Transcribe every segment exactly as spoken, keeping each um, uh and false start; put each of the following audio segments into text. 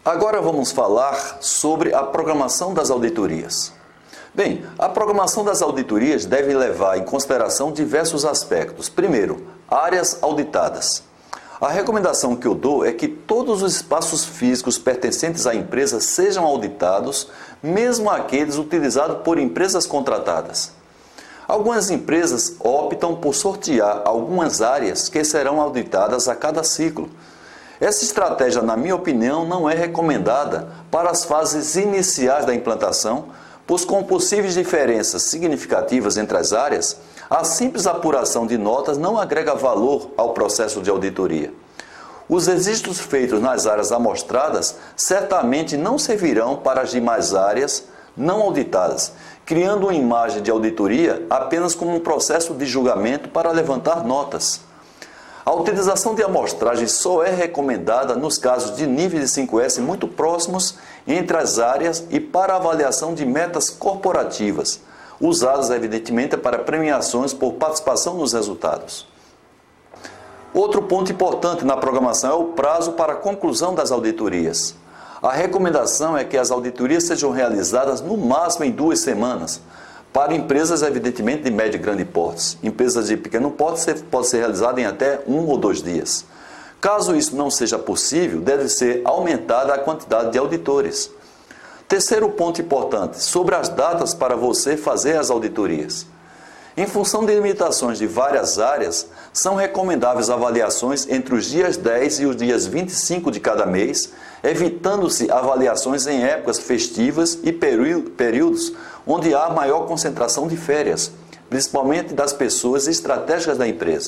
Agora vamos falar sobre a programação das auditorias. Bem, a programação das auditorias deve levar em consideração diversos aspectos. Primeiro, áreas auditadas. A recomendação que eu dou é que todos os espaços físicos pertencentes à empresa sejam auditados, mesmo aqueles utilizados por empresas contratadas. Algumas empresas optam por sortear algumas áreas que serão auditadas a cada ciclo. Essa estratégia, na minha opinião, não é recomendada para as fases iniciais da implantação, pois com possíveis diferenças significativas entre as áreas, a simples apuração de notas não agrega valor ao processo de auditoria. Os registros feitos nas áreas amostradas certamente não servirão para as demais áreas não auditadas, criando uma imagem de auditoria apenas como um processo de julgamento para levantar notas. A utilização de amostragem só é recomendada nos casos de níveis de cinco S muito próximos entre as áreas e para avaliação de metas corporativas, usadas evidentemente para premiações por participação nos resultados. Outro ponto importante na programação é o prazo para a conclusão das auditorias. A recomendação é que as auditorias sejam realizadas no máximo em duas semanas, para empresas, evidentemente, de médio e grande porte. Empresas de pequeno porte pode ser realizada em até um ou dois dias. Caso isso não seja possível, deve ser aumentada a quantidade de auditores. Terceiro ponto importante, sobre as datas para você fazer as auditorias. Em função de limitações de várias áreas, são recomendáveis avaliações entre os dias dez e os dias vinte e cinco de cada mês, evitando-se avaliações em épocas festivas e períodos onde há maior concentração de férias, principalmente das pessoas estratégicas da empresa.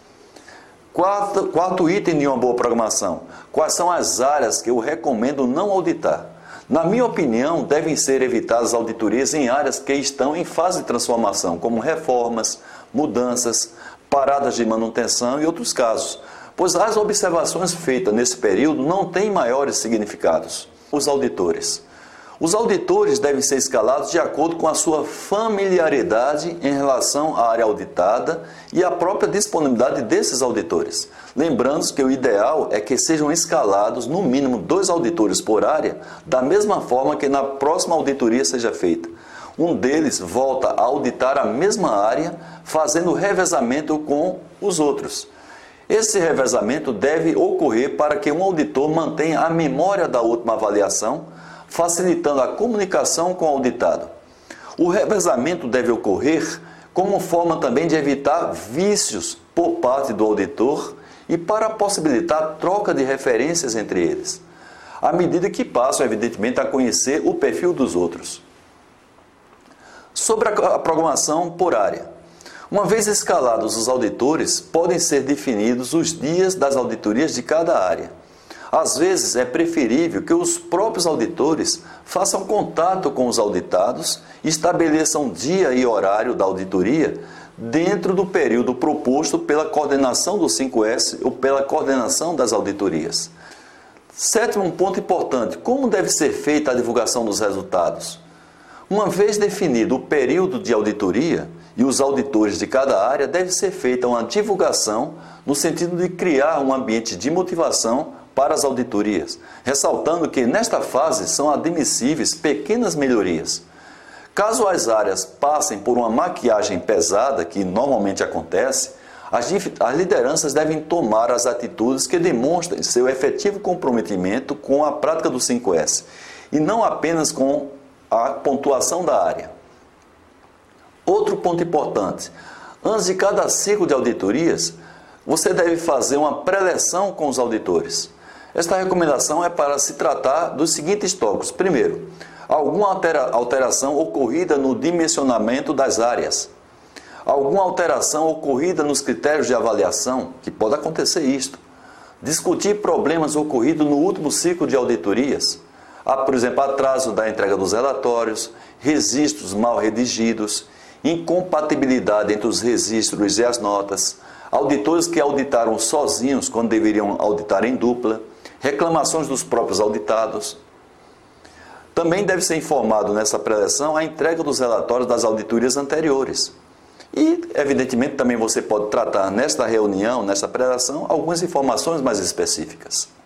Quarto, quarto item de uma boa programação: quais são as áreas que eu recomendo não auditar? Na minha opinião, devem ser evitadas auditorias em áreas que estão em fase de transformação, como reformas, mudanças, paradas de manutenção e outros casos, pois as observações feitas nesse período não têm maiores significados. Os auditores. Os auditores devem ser escalados de acordo com a sua familiaridade em relação à área auditada e a própria disponibilidade desses auditores. Lembrando que o ideal é que sejam escalados no mínimo dois auditores por área, da mesma forma que na próxima auditoria seja feita. Um deles volta a auditar a mesma área, fazendo revezamento com os outros. Esse revezamento deve ocorrer para que um auditor mantenha a memória da última avaliação, facilitando a comunicação com o auditado. O revezamento deve ocorrer como forma também de evitar vícios por parte do auditor e para possibilitar a troca de referências entre eles, à medida que passam, evidentemente, a conhecer o perfil dos outros. Sobre a programação por área. Uma vez escalados os auditores, podem ser definidos os dias das auditorias de cada área. Às vezes, é preferível que os próprios auditores façam contato com os auditados e estabeleçam dia e horário da auditoria dentro do período proposto pela coordenação do cinco S ou pela coordenação das auditorias. Sétimo ponto importante: como deve ser feita a divulgação dos resultados? Uma vez definido o período de auditoria e os auditores de cada área, deve ser feita uma divulgação no sentido de criar um ambiente de motivação para as auditorias, ressaltando que nesta fase são admissíveis pequenas melhorias. Caso as áreas passem por uma maquiagem pesada, que normalmente acontece, as, as lideranças devem tomar as atitudes que demonstrem seu efetivo comprometimento com a prática do cinco S, e não apenas com a pontuação da área. Outro ponto importante: antes de cada ciclo de auditorias, você deve fazer uma preleção com os auditores. Esta recomendação é para se tratar dos seguintes tópicos. Primeiro, alguma altera- alteração ocorrida no dimensionamento das áreas. Alguma alteração ocorrida nos critérios de avaliação, que pode acontecer isto. Discutir problemas ocorridos no último ciclo de auditorias. Há, por exemplo, atraso da entrega dos relatórios, registros mal redigidos, incompatibilidade entre os registros e as notas, auditores que auditaram sozinhos quando deveriam auditar em dupla, reclamações dos próprios auditados. Também deve ser informado nessa preleção a entrega dos relatórios das auditorias anteriores. E, evidentemente, também você pode tratar nesta reunião, nesta preleção, algumas informações mais específicas.